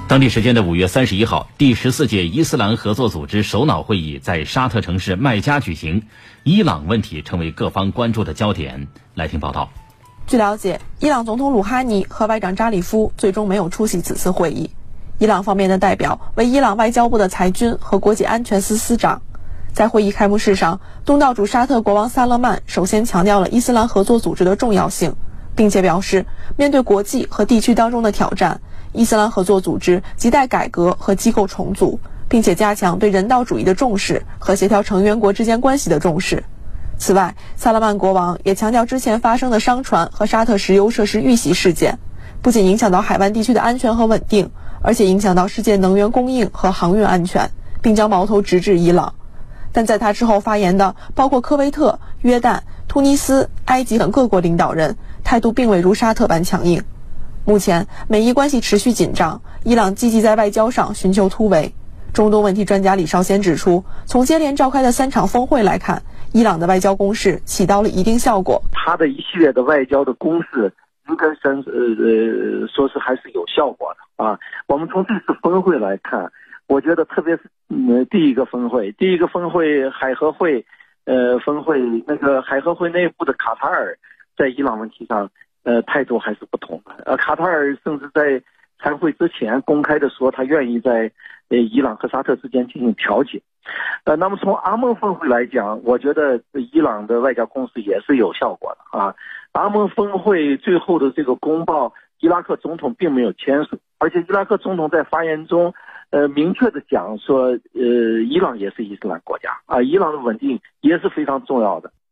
当地时间的5月31号，第14届伊斯兰合作组织首脑会议在沙特城市麦加举行，伊朗问题成为各方关注的焦点。来听报道。 据了解，伊朗总统鲁哈尼和外长扎里夫最终没有出席此次会议。伊朗方面的代表为伊朗外交部的裁军和国际安全司司长。在会议开幕式上，东道主沙特国王萨勒曼首先强调了伊斯兰合作组织的重要性，并且表示，面对国际和地区当中的挑战，伊斯兰合作组织亟待改革和机构重组，并且加强对人道主义的重视和协调成员国之间关系的重视。此外，萨勒曼国王也强调之前发生的商船和沙特石油设施遇袭事件，不仅影响到海湾地区的安全和稳定，而且影响到世界能源供应和航运安全，并将矛头直指伊朗。但在他之后发言的包括科威特、约旦、突尼斯、埃及等各国领导人，态度并未如沙特般强硬。目前美伊关系持续紧张，伊朗积极在外交上寻求突围。中东问题专家李绍先指出，从接连召开的3场峰会来看，伊朗的外交攻势起到了一定效果。 他的一系列的外交的攻势应该说是还是有效果的啊。我们从这次峰会来看，我觉得特别是第一个峰会海合会峰会，那个海合会内部的卡塔尔在伊朗问题上态度还是不同的。卡塔尔甚至在参会之前公开的说他愿意在伊朗和沙特之间进行调解。那么从阿盟峰会来讲，我觉得伊朗的外交攻势也是有效果的啊。阿盟峰会最后的这个公报，伊拉克总统并没有签署，而且伊拉克总统在发言中明确的讲说伊朗也是伊斯兰国家啊，伊朗的稳定也是非常重要的。